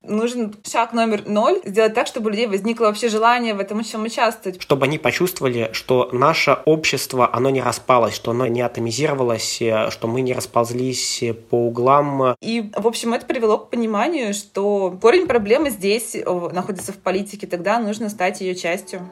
Нужен шаг номер 0, сделать так, чтобы у людей возникло вообще желание в этом всем участвовать. Чтобы они почувствовали, что наше общество, оно не распалось, что оно не атомизировалось, что мы не расползлись по углам. И, в общем, это привело к пониманию, что корень проблемы здесь находится в политике, тогда нужно стать ее частью.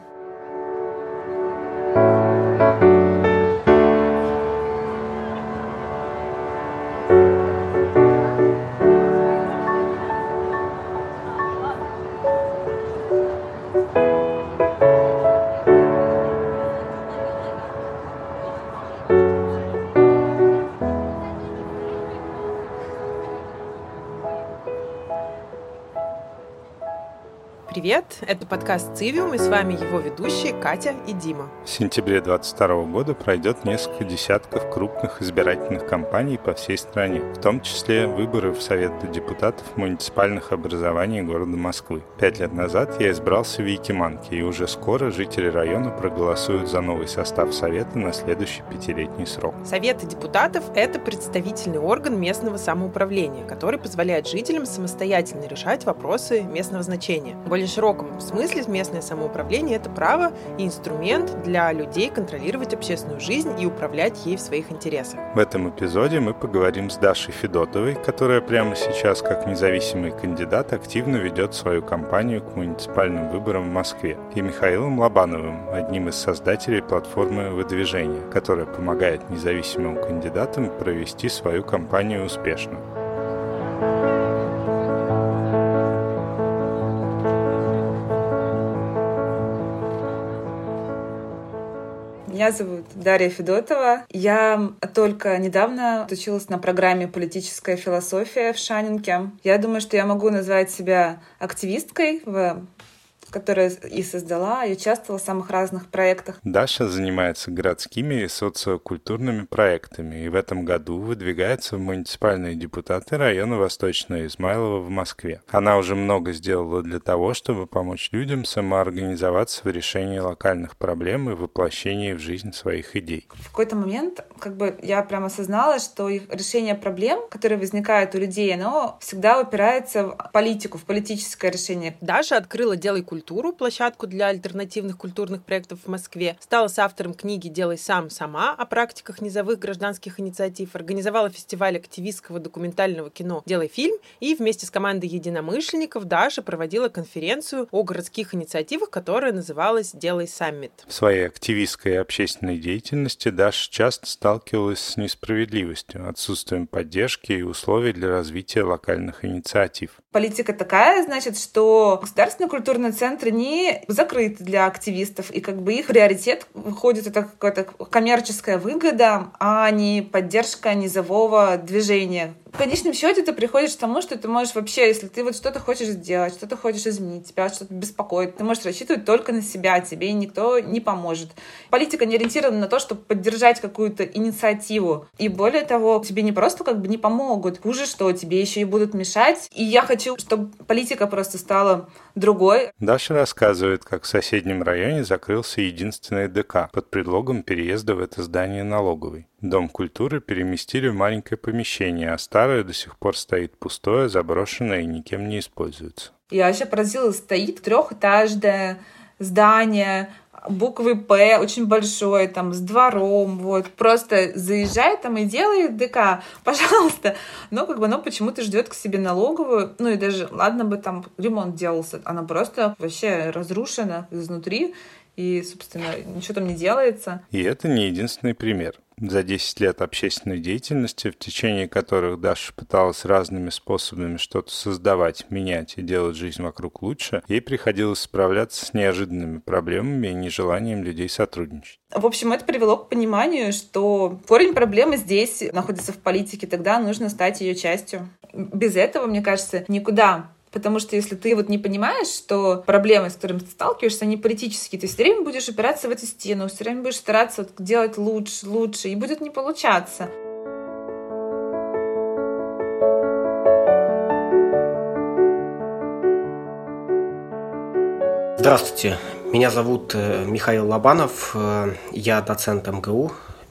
Привет, это подкаст «Цивиум», и с вами его ведущие Катя и Дима. В сентябре 2022 года пройдет несколько десятков крупных избирательных кампаний по всей стране, в том числе выборы в Совет депутатов муниципальных образований города Москвы. 5 лет назад я избрался в Якиманке, и уже скоро жители района проголосуют за новый состав Совета на следующий 5-летний срок. Советы депутатов – это представительный орган местного самоуправления, который позволяет жителям самостоятельно решать вопросы местного значения. В более широком смысле местное самоуправление – это право и инструмент для людей контролировать общественную жизнь и управлять ей в своих интересах. В этом эпизоде мы поговорим с Дашей Федотовой, которая прямо сейчас, как независимый кандидат, активно ведет свою кампанию к муниципальным выборам в Москве, и Михаилом Лобановым, одним из создателей платформы «Выдвижение», которая помогает независимым кандидатам провести свою кампанию успешно. Меня зовут Дарья Федотова. Я только недавно училась на программе «Политическая философия» в Шанинке. Я думаю, что я могу назвать себя активисткой, которая и создала, и участвовала в самых разных проектах. Даша занимается городскими и социокультурными проектами и в этом году выдвигается в муниципальные депутаты района Восточного Измайлова в Москве. Она уже много сделала для того, чтобы помочь людям самоорганизоваться в решении локальных проблем и воплощении в жизнь своих идей. В какой-то момент я прямо осознала, что их решение проблем, которые возникают у людей, оно всегда упирается в политику, в политическое решение. Даша открыла «Делай культуру», площадку для альтернативных культурных проектов в Москве, стала соавтором книги «Делай сам, сама» о практиках низовых гражданских инициатив, организовала фестиваль активистского документального кино «Делай фильм» и вместе с командой единомышленников Даша проводила конференцию о городских инициативах, которая называлась «Делай саммит». В своей активистской и общественной деятельности Даша часто сталкивалась с несправедливостью, отсутствием поддержки и условий для развития локальных инициатив. Политика такая, значит, что государственные культурные центры не закрыты для активистов, и их приоритет выходит, это какая-то коммерческая выгода, а не поддержка низового движения. В конечном счете ты приходишь к тому, что ты можешь вообще, если ты что-то хочешь сделать, что-то хочешь изменить, тебя что-то беспокоит, ты можешь рассчитывать только на себя, тебе никто не поможет. Политика не ориентирована на то, чтобы поддержать какую-то инициативу. И более того, тебе не просто не помогут, хуже, что тебе еще и будут мешать. И я хочу, чтобы политика просто стала другой. Даша рассказывает, как в соседнем районе закрылся единственный ДК под предлогом переезда в это здание налоговой. Дом культуры переместили в маленькое помещение, а старое до сих пор стоит пустое, заброшенное и никем не используется. Я вообще поразилась, стоит трехэтажное здание, буквы «П», очень большое, с двором, просто заезжай и делай ДК, пожалуйста. Но оно почему-то ждет к себе налоговую, и даже, ладно бы ремонт делался, она просто вообще разрушена изнутри, и, собственно, ничего там не делается. И это не единственный пример. За 10 лет общественной деятельности, в течение которых Даша пыталась разными способами что-то создавать, менять и делать жизнь вокруг лучше, ей приходилось справляться с неожиданными проблемами и нежеланием людей сотрудничать. В общем, это привело к пониманию, что корень проблемы здесь находится в политике, тогда нужно стать ее частью. Без этого, мне кажется, никуда. Потому что если ты не понимаешь, что проблемы, с которыми ты сталкиваешься, они политические, ты все время будешь упираться в эту стену, все время будешь стараться делать лучше, и будет не получаться. Здравствуйте, меня зовут Михаил Лобанов, я доцент МГУ,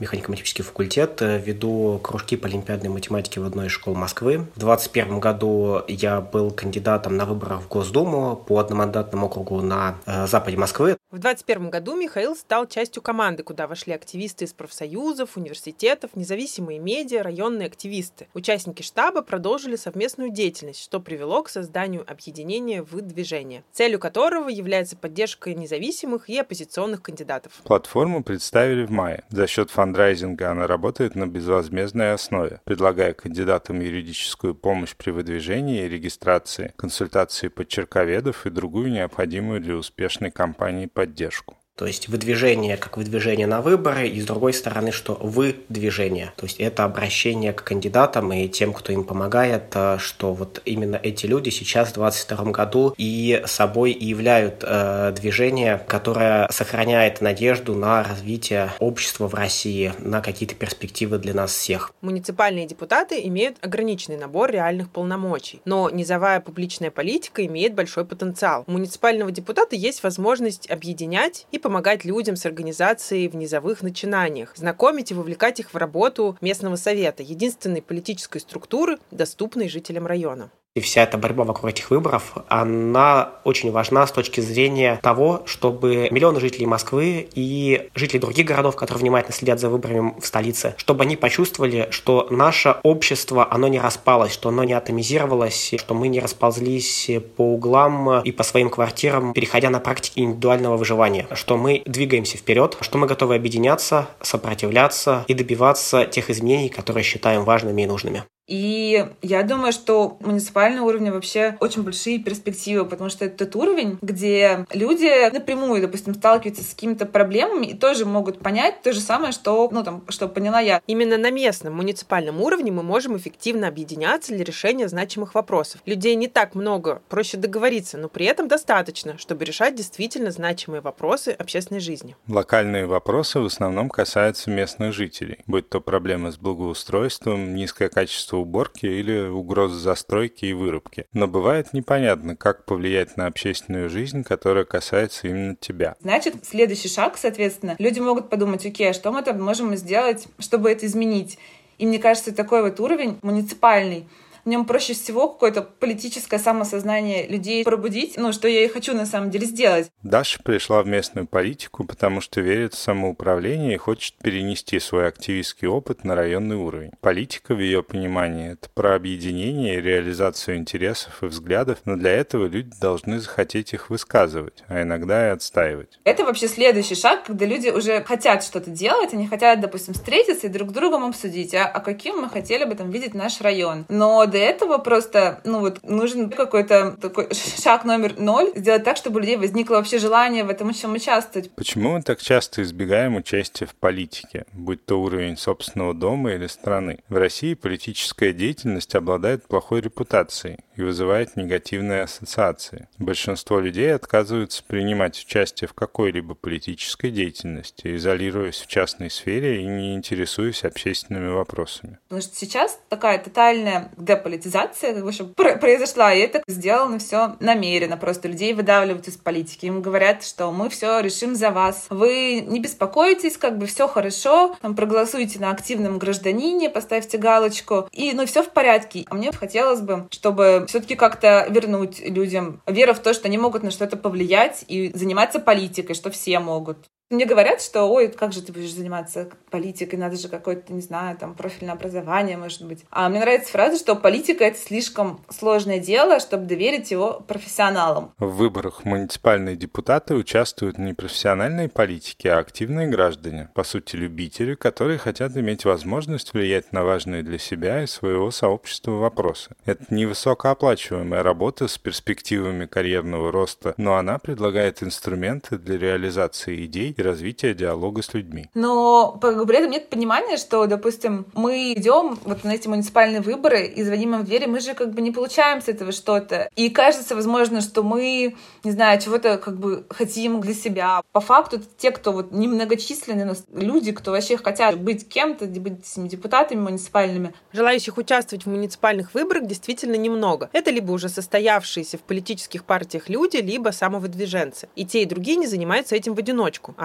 механико-математический факультет, веду кружки по олимпиадной математике в одной из школ Москвы. В 2021 году я был кандидатом на выборах в Госдуму по одномандатному округу на западе Москвы. В 2021 году Михаил стал частью команды, куда вошли активисты из профсоюзов, университетов, независимые медиа, районные активисты. Участники штаба продолжили совместную деятельность, что привело к созданию объединения «Выдвижение», целью которого является поддержка независимых и оппозиционных кандидатов. Платформу представили в мае. За счет фандрайзинга она работает на безвозмездной основе, предлагая кандидатам юридическую помощь при выдвижении и регистрации, консультации почерковедов и другую необходимую для успешной кампании поддержку. То есть выдвижение как выдвижение на выборы, и с другой стороны, что вы-движение. То есть это обращение к кандидатам и тем, кто им помогает, что вот именно эти люди сейчас в 2022 году и собой и являют движение, которое сохраняет надежду на развитие общества в России, на какие-то перспективы для нас всех. Муниципальные депутаты имеют ограниченный набор реальных полномочий, но низовая публичная политика имеет большой потенциал. У муниципального депутата есть возможность объединять и помогать людям с организацией в низовых начинаниях, знакомить и вовлекать их в работу местного совета, единственной политической структуры, доступной жителям района. И вся эта борьба вокруг этих выборов, она очень важна с точки зрения того, чтобы миллионы жителей Москвы и жителей других городов, которые внимательно следят за выборами в столице, чтобы они почувствовали, что наше общество, оно не распалось, что оно не атомизировалось, что мы не расползлись по углам и по своим квартирам, переходя на практики индивидуального выживания, что мы двигаемся вперед, что мы готовы объединяться, сопротивляться и добиваться тех изменений, которые считаем важными и нужными. И я думаю, что у муниципального уровня вообще очень большие перспективы, потому что это тот уровень, где люди напрямую, допустим, сталкиваются с какими-то проблемами и тоже могут понять то же самое, что, что поняла я. Именно на местном муниципальном уровне мы можем эффективно объединяться для решения значимых вопросов. Людей не так много, проще договориться, но при этом достаточно, чтобы решать действительно значимые вопросы общественной жизни. Локальные вопросы в основном касаются местных жителей, будь то проблемы с благоустройством, низкое качество уборки или угрозы застройки и вырубки. Но бывает непонятно, как повлиять на общественную жизнь, которая касается именно тебя. Значит, следующий шаг, соответственно, люди могут подумать, окей, а что мы там можем сделать, чтобы это изменить? И мне кажется, такой вот уровень муниципальный, в нем проще всего какое-то политическое самосознание людей пробудить, что я и хочу на самом деле сделать. Даша пришла в местную политику, потому что верит в самоуправление и хочет перенести свой активистский опыт на районный уровень. Политика, в ее понимании, это про объединение и реализацию интересов и взглядов, но для этого люди должны захотеть их высказывать, а иногда и отстаивать. Это вообще следующий шаг, когда люди уже хотят что-то делать, они хотят, допустим, встретиться и друг с другом обсудить, а каким мы хотели бы там видеть наш район. Но до этого просто, нужен какой-то такой шаг номер 0, сделать так, чтобы у людей возникло вообще желание в этом всем участвовать. Почему мы так часто избегаем участия в политике, будь то уровень собственного дома или страны? В России политическая деятельность обладает плохой репутацией и вызывает негативные ассоциации. Большинство людей отказываются принимать участие в какой-либо политической деятельности, изолируясь в частной сфере и не интересуясь общественными вопросами. Потому что сейчас такая тотальная деполитизация произошла, и это сделано все намеренно. Просто людей выдавливают из политики. Им говорят, что мы все решим за вас. Вы не беспокойтесь, все хорошо, проголосуйте на активном гражданине, поставьте галочку, и все в порядке. А мне хотелось бы, чтобы все-таки как-то вернуть людям веру в то, что они могут на что-то повлиять и заниматься политикой, что все могут. Мне говорят, что, ой, как же ты будешь заниматься политикой, надо же какое-то, профильное образование, может быть. А мне нравится фраза, что политика — это слишком сложное дело, чтобы доверить его профессионалам. В выборах муниципальные депутаты участвуют не профессиональные политики, а активные граждане, по сути, любители, которые хотят иметь возможность влиять на важные для себя и своего сообщества вопросы. Это невысокооплачиваемая работа с перспективами карьерного роста, но она предлагает инструменты для реализации идей и развития диалога с людьми. Но при этом нет понимания, что, допустим, мы идем на эти муниципальные выборы и звоним им в двери, мы же не получаем с этого что-то. И кажется, возможно, что мы, чего-то хотим для себя. По факту, те, кто немногочисленные, но люди, кто вообще хотят быть кем-то, быть этими депутатами муниципальными. Желающих участвовать в муниципальных выборах действительно немного. Это либо уже состоявшиеся в политических партиях люди, либо самовыдвиженцы. И те, и другие не занимаются этим в одиночку, а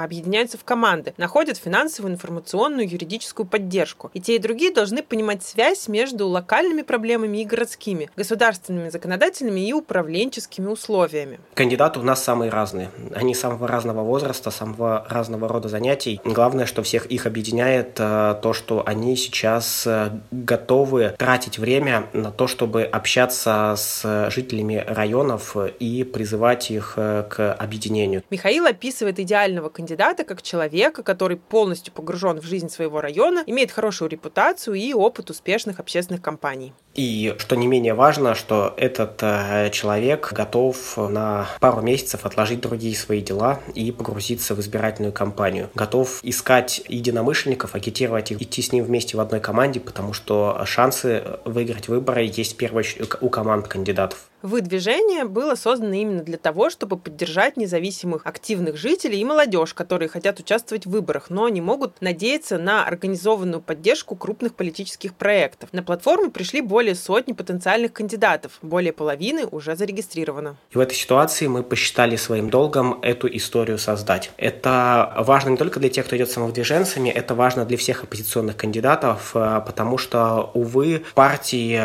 объединяются в команды, находят финансовую, информационную, юридическую поддержку. И те, и другие должны понимать связь между локальными проблемами и городскими, государственными, законодательными и управленческими условиями. Кандидаты у нас самые разные. Они самого разного возраста, самого разного рода занятий. Главное, что всех их объединяет то, что они сейчас готовы тратить время на то, чтобы общаться с жителями районов и призывать их к объединению. Михаил описывает идеального кандидата как человека, который полностью погружен в жизнь своего района, имеет хорошую репутацию и опыт успешных общественных кампаний. И, что не менее важно, что этот человек готов на пару месяцев отложить другие свои дела и погрузиться в избирательную кампанию. Готов искать единомышленников, агитировать их, идти с ним вместе в одной команде, потому что шансы выиграть выборы есть в первую очередь у команд кандидатов. Выдвижение было создано именно для того, чтобы поддержать независимых активных жителей и молодежь, которые хотят участвовать в выборах, но не могут надеяться на организованную поддержку крупных политических проектов. На платформу пришли более сотни потенциальных кандидатов, более половины уже зарегистрировано. И в этой ситуации мы посчитали своим долгом эту историю создать. Это важно не только для тех, кто идет самовыдвиженцами, это важно для всех оппозиционных кандидатов, потому что, увы, партии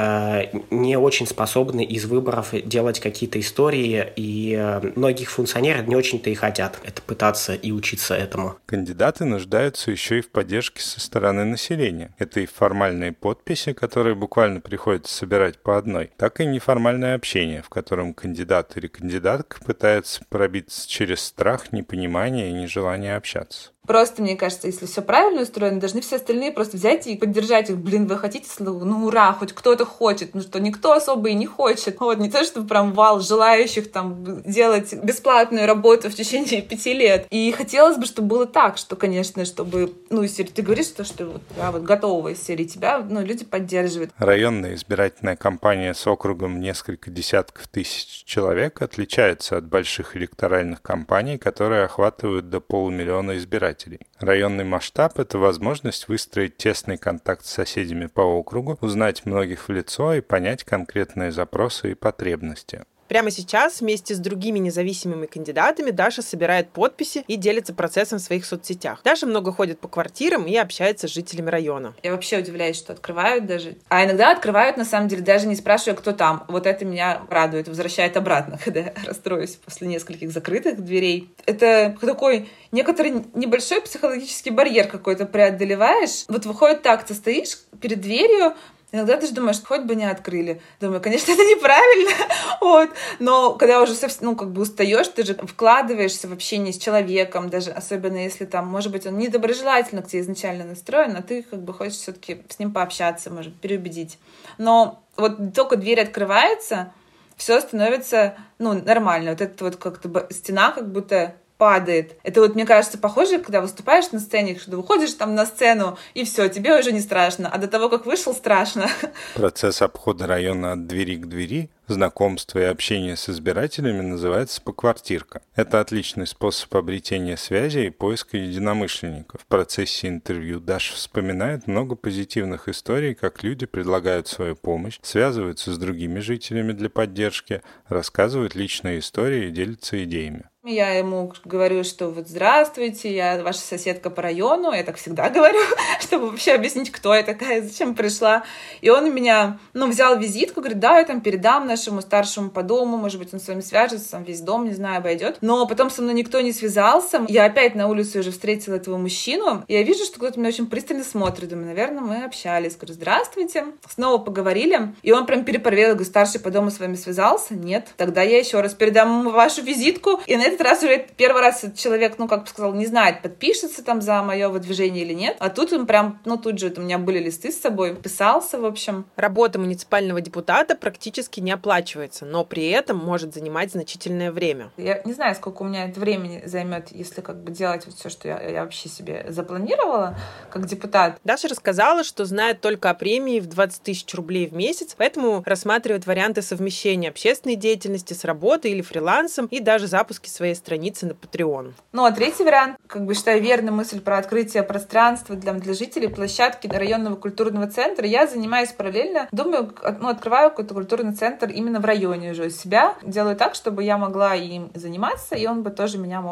не очень способны из выборов делать какие-то истории, и многих функционеров не очень-то и хотят это пытаться и учиться этому. Кандидаты нуждаются еще и в поддержке со стороны населения. Это и формальные подписи, которые буквально приходится собирать по одной, так и неформальное общение, в котором кандидат или кандидатка пытается пробиться через страх, непонимание и нежелание общаться. Просто, мне кажется, если все правильно устроено, должны все остальные просто взять и поддержать их. Блин, вы хотите, ну ура, хоть кто-то хочет. Ну что, никто особо и не хочет. Вот, не то, что прям вал желающих там делать бесплатную работу в течение 5 лет. И хотелось бы, чтобы было так, что, конечно, чтобы, ну, из серии, ты говоришь, что вот, я вот готова из серии, тебя, ну, люди поддерживают. Районная избирательная кампания с округом несколько десятков тысяч человек отличается от больших электоральных кампаний, которые охватывают до 500 000 избирателей. Районный масштаб – это возможность выстроить тесный контакт с соседями по округу, узнать многих в лицо и понять конкретные запросы и потребности. Прямо сейчас вместе с другими независимыми кандидатами Даша собирает подписи и делится процессом в своих соцсетях. Даша много ходит по квартирам и общается с жителями района. Я вообще удивляюсь, что открывают даже. А иногда открывают, на самом деле, даже не спрашивая, кто там. Вот это меня радует, возвращает обратно, когда я расстроюсь после нескольких закрытых дверей. Это такой некоторый небольшой психологический барьер какой-то преодолеваешь. Вот выходит так, ты стоишь перед дверью, иногда ты же думаешь, хоть бы не открыли. Думаю, конечно, это неправильно, вот. Но когда уже совсем, ну, как бы устаешь, ты же вкладываешься в общение с человеком, даже особенно если там, может быть, он недоброжелательно к тебе изначально настроен, а ты как бы хочешь все-таки с ним пообщаться, может, переубедить. Но вот только дверь открывается, все становится, ну, нормально. Вот эта вот как-то стена как будто падает. Это вот, мне кажется, похоже, когда выступаешь на сцене, что выходишь там на сцену, и все, тебе уже не страшно. А до того, как вышел, страшно. Процесс обхода района от двери к двери, знакомство и общение с избирателями называется поквартирка. Это отличный способ обретения связи и поиска единомышленников. В процессе интервью Даша вспоминает много позитивных историй, как люди предлагают свою помощь, связываются с другими жителями для поддержки, рассказывают личные истории и делятся идеями. Я ему говорю, что вот здравствуйте, я ваша соседка по району, я так всегда говорю, чтобы вообще объяснить, кто я такая, зачем пришла. И он у меня, взял визитку, говорит, да, я там передам нашему старшему по дому, может быть, он с вами свяжется, там весь дом, не знаю, обойдет. Но потом со мной никто не связался. Я опять на улице уже встретила этого мужчину, и я вижу, что кто-то меня очень пристально смотрит. Думаю, наверное, мы общались. Говорю, здравствуйте. Снова поговорили, и он прям перепроверил, говорю, старший по дому с вами связался? Нет. Тогда я еще раз передам ему вашу визитку, и на этот раз уже первый раз этот человек, как бы сказал, не знает, подпишется там за мое выдвижение или нет. А тут он прям, тут же у меня были листы с собой, писался, в общем. Работа муниципального депутата практически не оплачивается, но при этом может занимать значительное время. Я не знаю, сколько у меня это времени займет, если как бы делать вот все, что я вообще себе запланировала как депутат. Даша рассказала, что знает только о премии в 20 000 рублей в месяц, поэтому рассматривает варианты совмещения общественной деятельности с работой или фрилансом и даже запуски своей страницы на Patreon. А третий вариант, считаю верной мысль про открытие пространства для жителей, площадки районного культурного центра. Я занимаюсь параллельно, думаю, открываю какой-то культурный центр именно в районе уже у себя. Делаю так, чтобы я могла им заниматься, и он бы тоже меня мог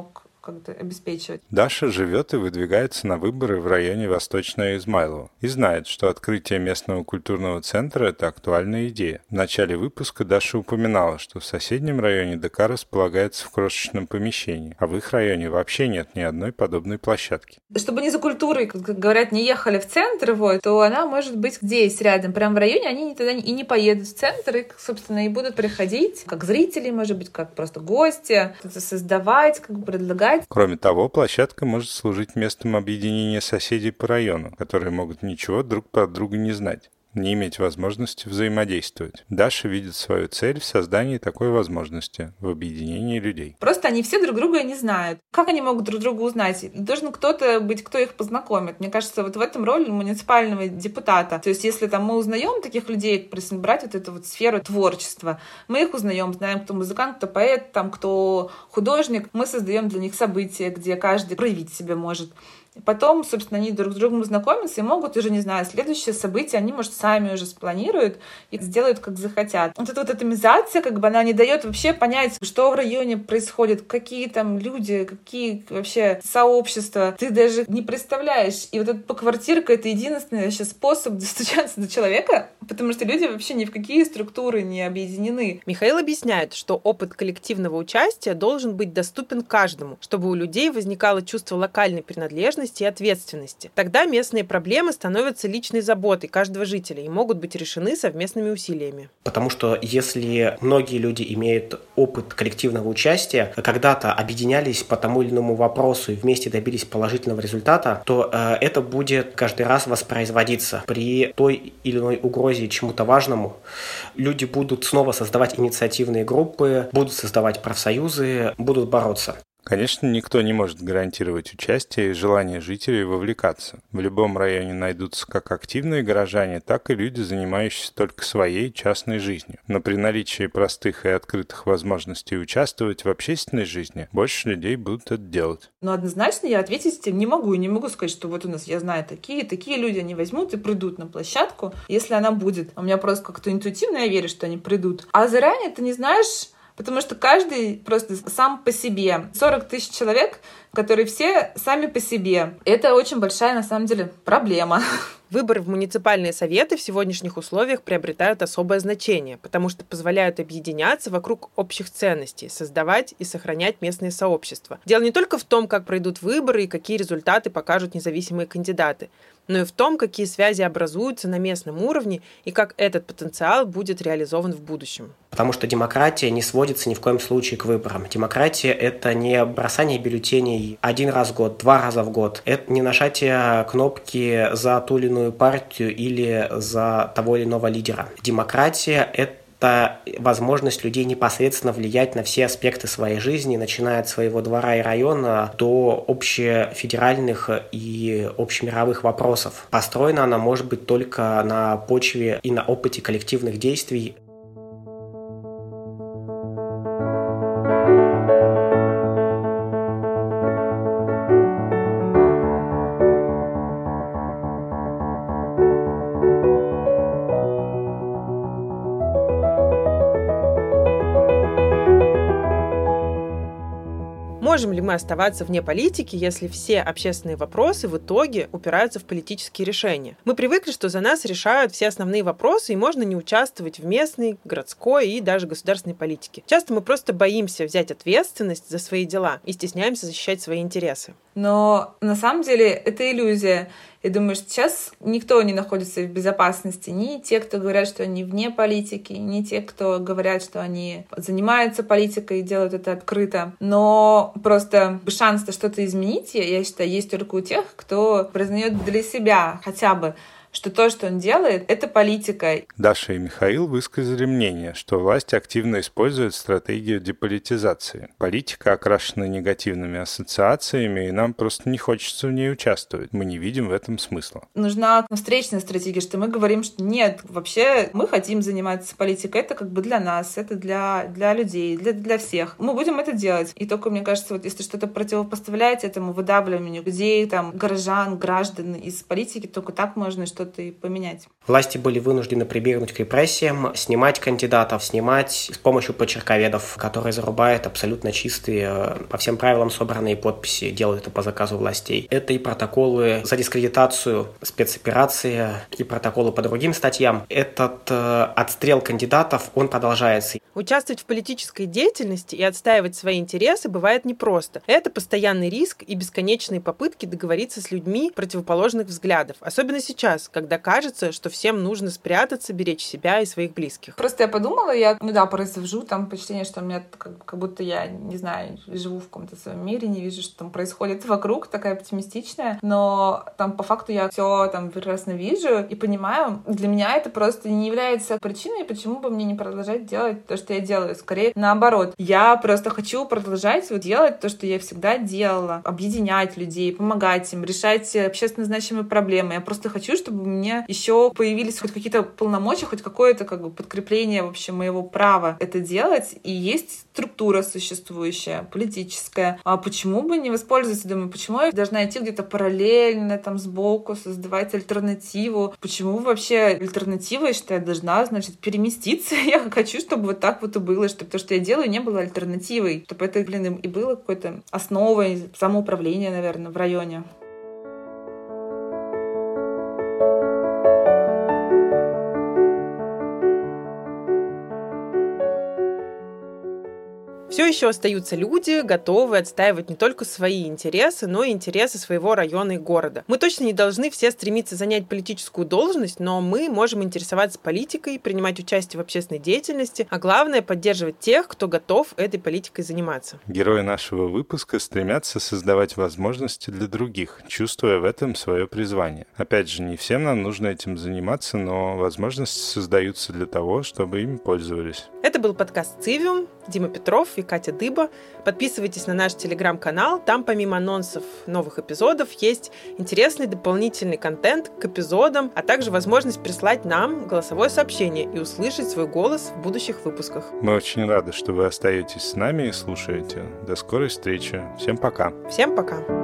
как-то обеспечивать. Даша живет и выдвигается на выборы в районе Восточное Измайлово и знает, что открытие местного культурного центра – это актуальная идея. В начале выпуска Даша упоминала, что в соседнем районе ДК располагается в крошечном помещении, а в их районе вообще нет ни одной подобной площадки. Чтобы они за культурой, как говорят, не ехали в центр, то она может быть здесь, рядом, прямо в районе, они тогда и не поедут в центр, и, собственно, и будут приходить как зрители, может быть, как просто гости, что-то создавать, предлагать. Кроме того, площадка может служить местом объединения соседей по району, которые могут ничего друг про друга не знать, не иметь возможности взаимодействовать. Даша видит свою цель в создании такой возможности, в объединении людей. Просто они все друг друга не знают. Как они могут друг друга узнать? Должен кто-то быть, кто их познакомит. Мне кажется, вот в этом роль муниципального депутата. То есть, если там мы узнаем таких людей, например, брать вот эту вот сферу творчества, мы их узнаем, знаем, кто музыкант, кто поэт, там, кто художник, мы создаем для них события, где каждый проявить себя может. Потом, собственно, они друг с другом знакомятся и могут уже, не знаю, следующее событие они, может, сами уже спланируют и сделают, как захотят. Вот эта вот атомизация, она не дает вообще понять, что в районе происходит, какие там люди, какие вообще сообщества. Ты даже не представляешь. И вот эта поквартирка — это единственный вообще способ достучаться до человека, потому что люди вообще ни в какие структуры не объединены. Михаил объясняет, что опыт коллективного участия должен быть доступен каждому, чтобы у людей возникало чувство локальной принадлежности и ответственности. Тогда местные проблемы становятся личной заботой каждого жителя и могут быть решены совместными усилиями. Потому что если многие люди имеют опыт коллективного участия, когда-то объединялись по тому или иному вопросу и вместе добились положительного результата, то это будет каждый раз воспроизводиться. При той или иной угрозе чему-то важному люди будут снова создавать инициативные группы, будут создавать профсоюзы, будут бороться. Конечно, никто не может гарантировать участие и желание жителей вовлекаться. В любом районе найдутся как активные горожане, так и люди, занимающиеся только своей частной жизнью. Но при наличии простых и открытых возможностей участвовать в общественной жизни, больше людей будут это делать. Но однозначно я ответить не могу. И не могу сказать, что вот у нас, я знаю, такие люди, они возьмут и придут на площадку, если она будет. У меня просто как-то интуитивно я верю, что они придут. А заранее ты не знаешь, потому что каждый просто сам по себе. 40 тысяч человек, которые все сами по себе. Это очень большая, на самом деле, проблема. Выборы в муниципальные советы в сегодняшних условиях приобретают особое значение, потому что позволяют объединяться вокруг общих ценностей, создавать и сохранять местные сообщества. Дело не только в том, как пройдут выборы и какие результаты покажут независимые кандидаты, но и в том, какие связи образуются на местном уровне и как этот потенциал будет реализован в будущем. Потому что демократия не сводится ни в коем случае к выборам. Демократия – это не бросание бюллетеней один раз в год, 2 раза в год. Это не нажатие кнопки за ту или иную партию или за того или иного лидера. Демократия – это возможность людей непосредственно влиять на все аспекты своей жизни, начиная от своего двора и района до общефедеральных и общемировых вопросов. Построена она может быть только на почве и на опыте коллективных действий. Можем ли мы оставаться вне политики, если все общественные вопросы в итоге упираются в политические решения? Мы привыкли, что за нас решают все основные вопросы, и можно не участвовать в местной, городской и даже государственной политике. Часто мы просто боимся взять ответственность за свои дела и стесняемся защищать свои интересы. Но на самом деле это иллюзия. Я думаю, что сейчас никто не находится в безопасности. Ни те, кто говорят, что они вне политики, ни те, кто говорят, что они занимаются политикой и делают это открыто. Но просто шанс что-то изменить, я считаю, есть только у тех, кто признает для себя хотя бы, что то, что он делает, это политика. Даша и Михаил высказали мнение, что власть активно использует стратегию деполитизации. Политика окрашена негативными ассоциациями, и нам просто не хочется в ней участвовать. Мы не видим в этом смысла. Нужна встречная стратегия, что мы говорим, что нет, вообще мы хотим заниматься политикой, это для нас, это для людей, для всех. Мы будем это делать. И только, мне кажется, если что-то противопоставлять этому выдавливанию людей, горожан, граждан из политики, только так можно что что-то и поменять. Власти были вынуждены прибегнуть к репрессиям, снимать кандидатов, снимать с помощью почерковедов, которые зарубают абсолютно чистые, по всем правилам собранные подписи, делают это по заказу властей. Это и протоколы за дискредитацию спецоперации, и протоколы по другим статьям. Этот отстрел кандидатов, он продолжается. Участвовать в политической деятельности и отстаивать свои интересы бывает непросто. Это постоянный риск и бесконечные попытки договориться с людьми противоположных взглядов. Особенно сейчас, когда кажется, что всем нужно спрятаться, беречь себя и своих близких. Просто я подумала, я произвожу там впечатление, что у меня как будто я, не знаю, живу в каком-то своем мире, не вижу, что там происходит вокруг, такая оптимистичная, но там по факту я все там прекрасно вижу и понимаю. Для меня это просто не является причиной, почему бы мне не продолжать делать то, что я делаю. Скорее наоборот. Я просто хочу продолжать делать то, что я всегда делала. Объединять людей, помогать им, решать общественно значимые проблемы. Я просто хочу, чтобы у меня еще появились хоть какие-то полномочия, хоть какое-то подкрепление вообще моего права это делать. И есть структура существующая, политическая. А почему бы не воспользоваться? Думаю, почему я должна идти где-то параллельно, там сбоку, создавать альтернативу? Почему вообще альтернатива, я считаю, должна, переместиться? Я хочу, чтобы вот так вот и было, чтобы то, что я делаю, не было альтернативой. Чтобы это, и было какой-то основой самоуправления, наверное, в районе. Все еще остаются люди, готовые отстаивать не только свои интересы, но и интересы своего района и города. Мы точно не должны все стремиться занять политическую должность, но мы можем интересоваться политикой, принимать участие в общественной деятельности, а главное — поддерживать тех, кто готов этой политикой заниматься. Герои нашего выпуска стремятся создавать возможности для других, чувствуя в этом свое призвание. Опять же, не всем нам нужно этим заниматься, но возможности создаются для того, чтобы ими пользовались. Это был подкаст «Цивиум». Дима Петров и Катя Дыба. Подписывайтесь на наш телеграм-канал. Там помимо анонсов новых эпизодов есть интересный дополнительный контент к эпизодам, а также возможность прислать нам голосовое сообщение и услышать свой голос в будущих выпусках. Мы очень рады, что вы остаетесь с нами и слушаете. До скорой встречи. Всем пока. Всем пока.